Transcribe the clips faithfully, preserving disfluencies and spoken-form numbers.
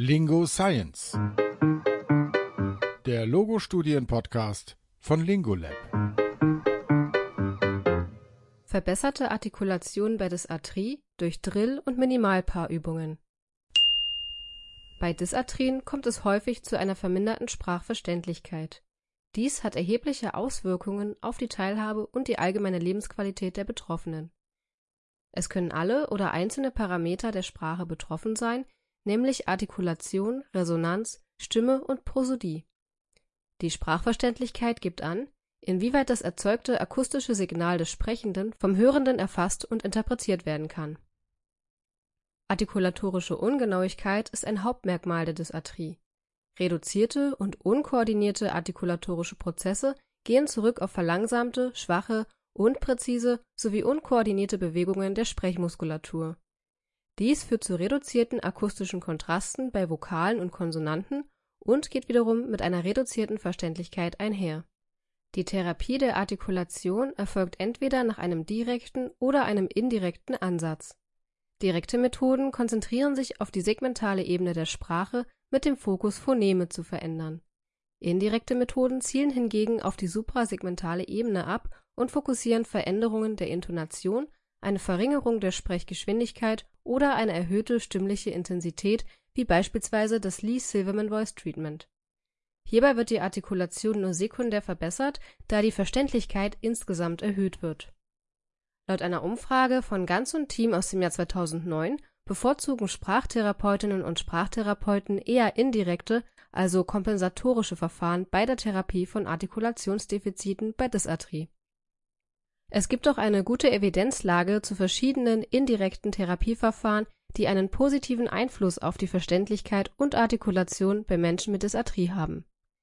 Lingo Science, der Logo-Studien-Podcast von Lingolab. Verbesserte Artikulation bei Dysarthrie durch Drill- und Minimalpaarübungen. Bei Dysarthrien kommt es häufig zu einer verminderten Sprachverständlichkeit. Dies hat erhebliche Auswirkungen auf die Teilhabe und die allgemeine Lebensqualität der Betroffenen. Es können alle oder einzelne Parameter der Sprache betroffen sein, nämlich Artikulation, Resonanz, Stimme und Prosodie. Die Sprachverständlichkeit gibt an, inwieweit das erzeugte akustische Signal des Sprechenden vom Hörenden erfasst und interpretiert werden kann. Artikulatorische Ungenauigkeit ist ein Hauptmerkmal der Dysarthrie. Reduzierte und unkoordinierte artikulatorische Prozesse gehen zurück auf verlangsamte, schwache, unpräzise sowie unkoordinierte Bewegungen der Sprechmuskulatur. Dies führt zu reduzierten akustischen Kontrasten bei Vokalen und Konsonanten und geht wiederum mit einer reduzierten Verständlichkeit einher. Die Therapie der Artikulation erfolgt entweder nach einem direkten oder einem indirekten Ansatz. Direkte Methoden konzentrieren sich auf die segmentale Ebene der Sprache mit dem Fokus, Phoneme zu verändern. Indirekte Methoden zielen hingegen auf die suprasegmentale Ebene ab und fokussieren Veränderungen der Intonation, eine Verringerung der Sprechgeschwindigkeit oder eine erhöhte stimmliche Intensität, wie beispielsweise das Lee-Silverman Voice Treatment. Hierbei wird die Artikulation nur sekundär verbessert, da die Verständlichkeit insgesamt erhöht wird. Laut einer Umfrage von Ganz und Team aus dem Jahr zweitausendneun bevorzugen Sprachtherapeutinnen und Sprachtherapeuten eher indirekte, also kompensatorische Verfahren bei der Therapie von Artikulationsdefiziten bei Dysarthrie. Es gibt auch eine gute Evidenzlage zu verschiedenen indirekten Therapieverfahren, die einen positiven Einfluss auf die Verständlichkeit und Artikulation bei Menschen mit Dysarthrie haben.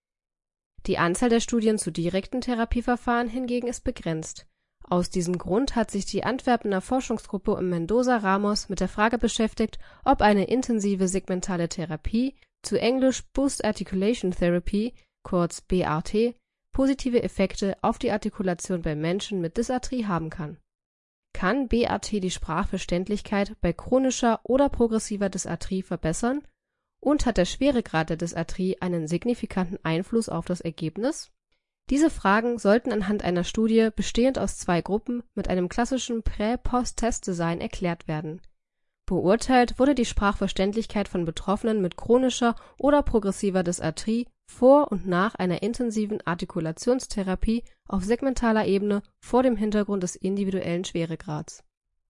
Die Anzahl der Studien zu direkten Therapieverfahren hingegen ist begrenzt. Aus diesem Grund hat sich die Antwerpener Forschungsgruppe um Mendoza Ramos mit der Frage beschäftigt, ob eine intensive segmentale Therapie, zu Englisch Boost Articulation Therapy, kurz B A T, positive Effekte auf die Artikulation bei Menschen mit Dysarthrie haben kann. Kann B A T die Sprachverständlichkeit bei chronischer oder progressiver Dysarthrie verbessern? Und hat der Schweregrad der Dysarthrie einen signifikanten Einfluss auf das Ergebnis? Diese Fragen sollten anhand einer Studie bestehend aus zwei Gruppen mit einem klassischen Prä-Post-Test-Design erklärt werden. Beurteilt wurde die Sprachverständlichkeit von Betroffenen mit chronischer oder progressiver Dysarthrie vor und nach einer intensiven Artikulationstherapie auf segmentaler Ebene vor dem Hintergrund des individuellen Schweregrads.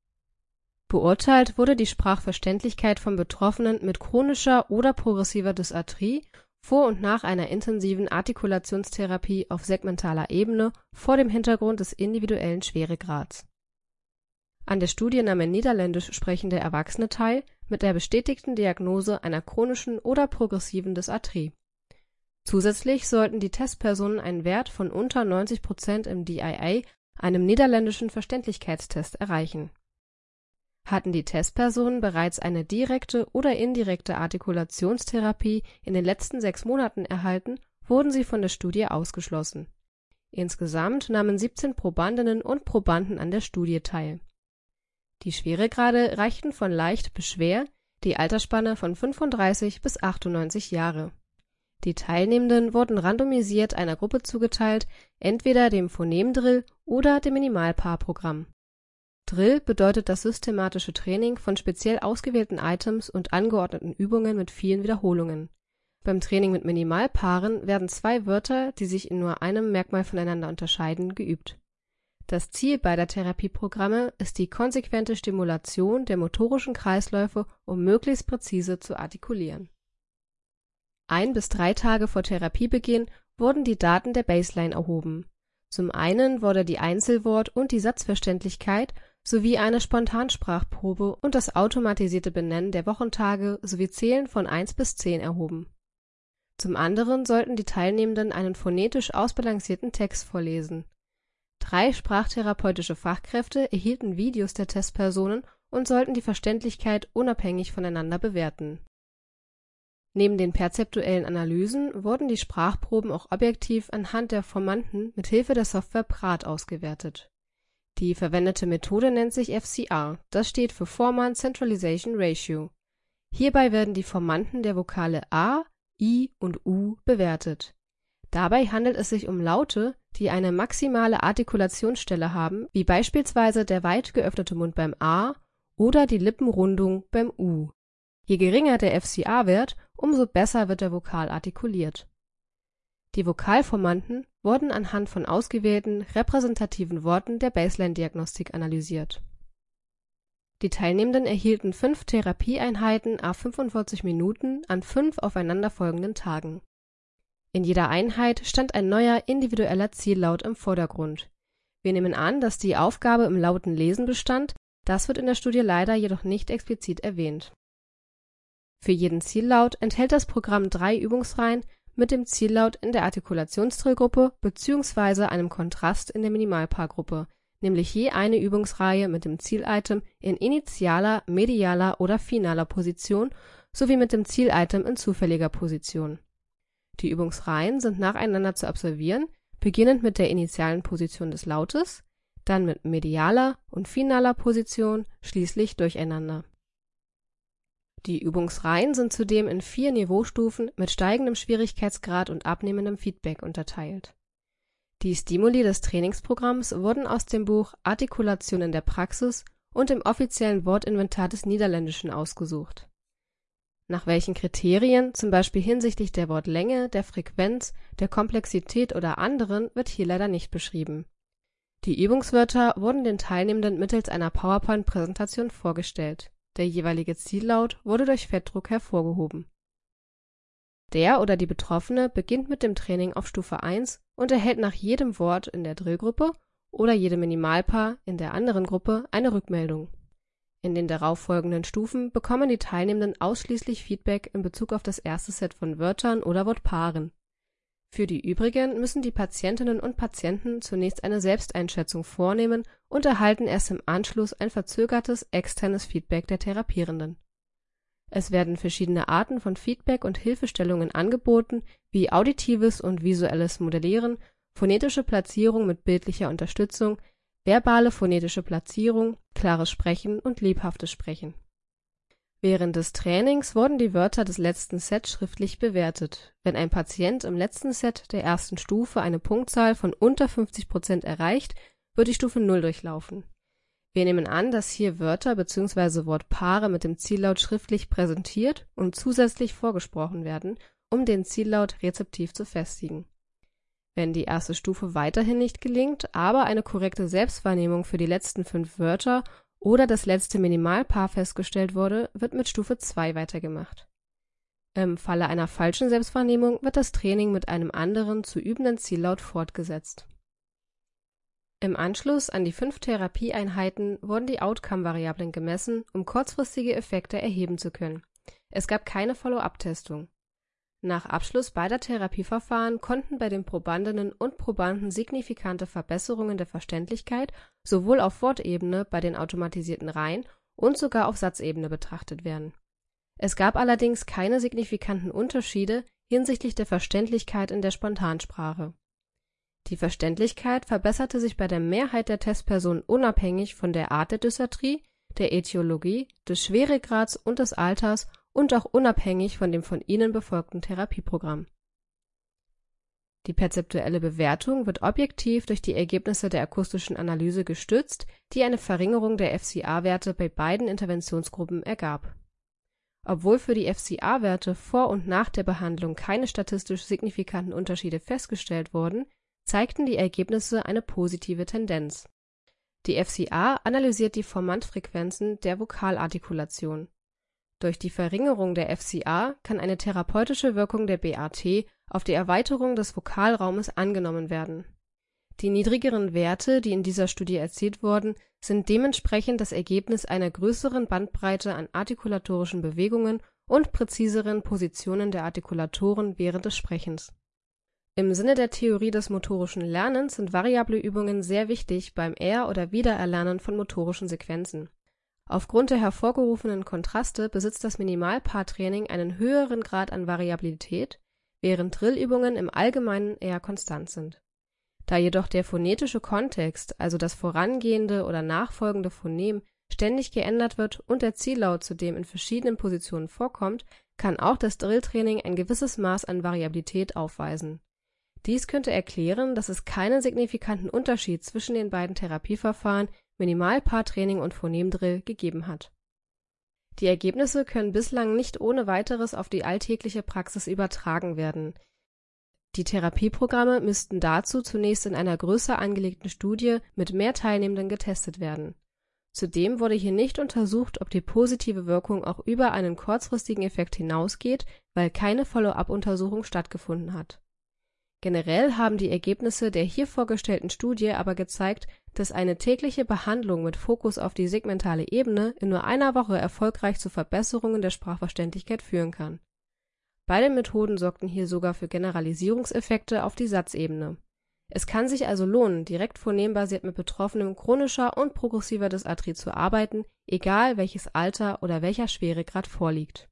Beurteilt wurde die Sprachverständlichkeit von Betroffenen mit chronischer oder progressiver Dysarthrie vor und nach einer intensiven Artikulationstherapie auf segmentaler Ebene vor dem Hintergrund des individuellen Schweregrads. An der Studie nahmen niederländisch sprechende Erwachsene teil mit der bestätigten Diagnose einer chronischen oder progressiven Dysarthrie. Zusätzlich sollten die Testpersonen einen Wert von unter neunzig Prozent im D I A, einem niederländischen Verständlichkeitstest, erreichen. Hatten die Testpersonen bereits eine direkte oder indirekte Artikulationstherapie in den letzten sechs Monaten erhalten, wurden sie von der Studie ausgeschlossen. Insgesamt nahmen siebzehn Probandinnen und Probanden an der Studie teil. Die Schweregrade reichten von leicht bis schwer, die Altersspanne von fünfunddreißig bis achtundneunzig Jahre. Die Teilnehmenden wurden randomisiert einer Gruppe zugeteilt, entweder dem Phonemdrill oder dem Minimalpaarprogramm. Drill bedeutet das systematische Training von speziell ausgewählten Items und angeordneten Übungen mit vielen Wiederholungen. Beim Training mit Minimalpaaren werden zwei Wörter, die sich in nur einem Merkmal voneinander unterscheiden, geübt. Das Ziel beider Therapieprogramme ist die konsequente Stimulation der motorischen Kreisläufe, um möglichst präzise zu artikulieren. Ein bis drei Tage vor Therapiebeginn wurden die Daten der Baseline erhoben. Zum einen wurde die Einzelwort- und die Satzverständlichkeit sowie eine Spontansprachprobe und das automatisierte Benennen der Wochentage sowie Zählen von eins bis zehn erhoben. Zum anderen sollten die Teilnehmenden einen phonetisch ausbalancierten Text vorlesen. Drei sprachtherapeutische Fachkräfte erhielten Videos der Testpersonen und sollten die Verständlichkeit unabhängig voneinander bewerten. Neben den perzeptuellen Analysen wurden die Sprachproben auch objektiv anhand der Formanten mit Hilfe der Software Praat ausgewertet. Die verwendete Methode nennt sich F C R, das steht für Forman Centralization Ratio. Hierbei werden die Formanten der Vokale a, i und u bewertet. Dabei handelt es sich um Laute, die eine maximale Artikulationsstelle haben, wie beispielsweise der weit geöffnete Mund beim a oder die Lippenrundung beim u. Je geringer der F C A-Wert, umso besser wird der Vokal artikuliert. Die Vokalformanten wurden anhand von ausgewählten repräsentativen Worten der Baseline-Diagnostik analysiert. Die Teilnehmenden erhielten fünf Therapieeinheiten à fünfundvierzig Minuten an fünf aufeinanderfolgenden Tagen. In jeder Einheit stand ein neuer individueller Ziellaut im Vordergrund. Wir nehmen an, dass die Aufgabe im lauten Lesen bestand, das wird in der Studie leider jedoch nicht explizit erwähnt. Für jeden Ziellaut enthält das Programm drei Übungsreihen mit dem Ziellaut in der Artikulationstrillgruppe bzw. einem Kontrast in der Minimalpaargruppe, nämlich je eine Übungsreihe mit dem Zielitem in initialer, medialer oder finaler Position sowie mit dem Zielitem in zufälliger Position. Die Übungsreihen sind nacheinander zu absolvieren, beginnend mit der initialen Position des Lautes, dann mit medialer und finaler Position, schließlich durcheinander. Die Übungsreihen sind zudem in vier Niveaustufen mit steigendem Schwierigkeitsgrad und abnehmendem Feedback unterteilt. Die Stimuli des Trainingsprogramms wurden aus dem Buch Artikulation in der Praxis und dem offiziellen Wortinventar des Niederländischen ausgesucht. Nach welchen Kriterien, zum Beispiel hinsichtlich der Wortlänge, der Frequenz, der Komplexität oder anderen, wird hier leider nicht beschrieben. Die Übungswörter wurden den Teilnehmenden mittels einer PowerPoint-Präsentation vorgestellt. Der jeweilige Ziellaut wurde durch Fettdruck hervorgehoben. Der oder die Betroffene beginnt mit dem Training auf Stufe eins und erhält nach jedem Wort in der Drillgruppe oder jedem Minimalpaar in der anderen Gruppe eine Rückmeldung. In den darauffolgenden Stufen bekommen die Teilnehmenden ausschließlich Feedback in Bezug auf das erste Set von Wörtern oder Wortpaaren. Für die übrigen müssen die Patientinnen und Patienten zunächst eine Selbsteinschätzung vornehmen und erhalten erst im Anschluss ein verzögertes externes Feedback der Therapierenden. Es werden verschiedene Arten von Feedback und Hilfestellungen angeboten, wie auditives und visuelles Modellieren, phonetische Platzierung mit bildlicher Unterstützung, verbale phonetische Platzierung, klares Sprechen und lebhaftes Sprechen. Während des Trainings wurden die Wörter des letzten Sets schriftlich bewertet. Wenn ein Patient im letzten Set der ersten Stufe eine Punktzahl von unter fünfzig Prozent erreicht, wird die Stufe null durchlaufen. Wir nehmen an, dass hier Wörter bzw. Wortpaare mit dem Ziellaut schriftlich präsentiert und zusätzlich vorgesprochen werden, um den Ziellaut rezeptiv zu festigen. Wenn die erste Stufe weiterhin nicht gelingt, aber eine korrekte Selbstwahrnehmung für die letzten fünf Wörter oder das letzte Minimalpaar festgestellt wurde, wird mit Stufe zwei weitergemacht. Im Falle einer falschen Selbstwahrnehmung wird das Training mit einem anderen zu übenden Ziellaut fortgesetzt. Im Anschluss an die fünf Therapieeinheiten wurden die Outcome-Variablen gemessen, um kurzfristige Effekte erheben zu können. Es gab keine Follow-up-Testung. Nach Abschluss beider Therapieverfahren konnten bei den Probandinnen und Probanden signifikante Verbesserungen der Verständlichkeit sowohl auf Wortebene bei den automatisierten Reihen und sogar auf Satzebene betrachtet werden. Es gab allerdings keine signifikanten Unterschiede hinsichtlich der Verständlichkeit in der Spontansprache. Die Verständlichkeit verbesserte sich bei der Mehrheit der Testpersonen unabhängig von der Art der Dysarthrie, der Ätiologie, des Schweregrads und des Alters und auch unabhängig von dem von ihnen befolgten Therapieprogramm. Die perzeptuelle Bewertung wird objektiv durch die Ergebnisse der akustischen Analyse gestützt, die eine Verringerung der F C A-Werte bei beiden Interventionsgruppen ergab. Obwohl für die F C A-Werte vor und nach der Behandlung keine statistisch signifikanten Unterschiede festgestellt wurden, zeigten die Ergebnisse eine positive Tendenz. Die F C A analysiert die Formantfrequenzen der Vokalartikulation. Durch die Verringerung der F C A kann eine therapeutische Wirkung der B A T auf die Erweiterung des Vokalraumes angenommen werden. Die niedrigeren Werte, die in dieser Studie erzielt wurden, sind dementsprechend das Ergebnis einer größeren Bandbreite an artikulatorischen Bewegungen und präziseren Positionen der Artikulatoren während des Sprechens. Im Sinne der Theorie des motorischen Lernens sind variable Übungen sehr wichtig beim Er- oder Wiedererlernen von motorischen Sequenzen. Aufgrund der hervorgerufenen Kontraste besitzt das Minimalpaartraining einen höheren Grad an Variabilität, während Drillübungen im Allgemeinen eher konstant sind. Da jedoch der phonetische Kontext, also das vorangehende oder nachfolgende Phonem, ständig geändert wird und der Ziellaut zudem in verschiedenen Positionen vorkommt, kann auch das Drilltraining ein gewisses Maß an Variabilität aufweisen. Dies könnte erklären, dass es keinen signifikanten Unterschied zwischen den beiden Therapieverfahren Minimalpaartraining und Phonemdrill gegeben hat. Die Ergebnisse können bislang nicht ohne weiteres auf die alltägliche Praxis übertragen werden. Die Therapieprogramme müssten dazu zunächst in einer größer angelegten Studie mit mehr Teilnehmenden getestet werden. Zudem wurde hier nicht untersucht, ob die positive Wirkung auch über einen kurzfristigen Effekt hinausgeht, weil keine Follow-up-Untersuchung stattgefunden hat. Generell haben die Ergebnisse der hier vorgestellten Studie aber gezeigt, dass eine tägliche Behandlung mit Fokus auf die segmentale Ebene in nur einer Woche erfolgreich zu Verbesserungen der Sprachverständlichkeit führen kann. Beide Methoden sorgten hier sogar für Generalisierungseffekte auf die Satzebene. Es kann sich also lohnen, direkt phonembasiert mit Betroffenen chronischer und progressiver Dysarthrie zu arbeiten, egal welches Alter oder welcher Schweregrad vorliegt.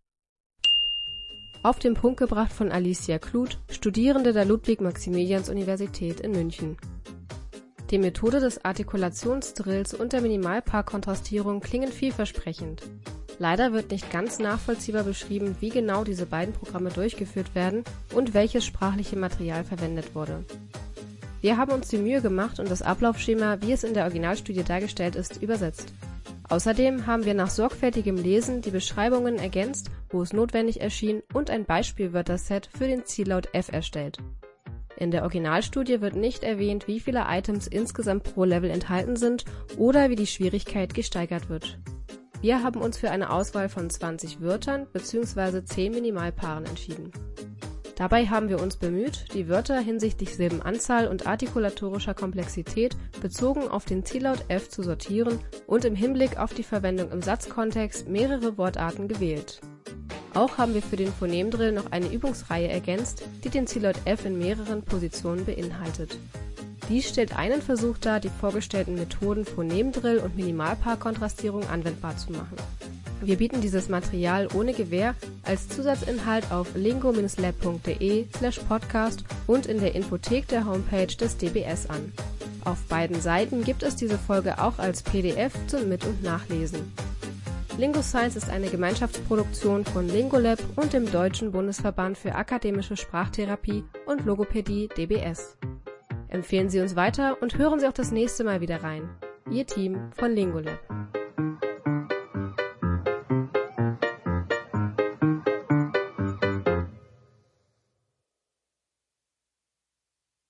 Auf den Punkt gebracht von Alicia Kluth, Studierende der Ludwig-Maximilians-Universität in München. Die Methode des Artikulationsdrills und der Minimalpaarkontrastierung klingen vielversprechend. Leider wird nicht ganz nachvollziehbar beschrieben, wie genau diese beiden Programme durchgeführt werden und welches sprachliche Material verwendet wurde. Wir haben uns die Mühe gemacht und das Ablaufschema, wie es in der Originalstudie dargestellt ist, übersetzt. Außerdem haben wir nach sorgfältigem Lesen die Beschreibungen ergänzt, wo es notwendig erschien, und ein Beispielwörterset für den Ziellaut F erstellt. In der Originalstudie wird nicht erwähnt, wie viele Items insgesamt pro Level enthalten sind oder wie die Schwierigkeit gesteigert wird. Wir haben uns für eine Auswahl von zwanzig Wörtern bzw. zehn Minimalpaaren entschieden. Dabei haben wir uns bemüht, die Wörter hinsichtlich Silbenanzahl und artikulatorischer Komplexität bezogen auf den Ziellaut F zu sortieren und im Hinblick auf die Verwendung im Satzkontext mehrere Wortarten gewählt. Auch haben wir für den Phonemdrill noch eine Übungsreihe ergänzt, die den Ziellaut F in mehreren Positionen beinhaltet. Dies stellt einen Versuch dar, die vorgestellten Methoden Phonemdrill und Minimalpaarkontrastierung anwendbar zu machen. Wir bieten dieses Material ohne Gewähr als Zusatzinhalt auf lingo-lab punkt de slash podcast und in der Infothek der Homepage des D B S an. Auf beiden Seiten gibt es diese Folge auch als P D F zum Mit- und Nachlesen. LingoScience ist eine Gemeinschaftsproduktion von Lingolab und dem Deutschen Bundesverband für akademische Sprachtherapie und Logopädie D B S. Empfehlen Sie uns weiter und hören Sie auch das nächste Mal wieder rein. Ihr Team von Lingolab.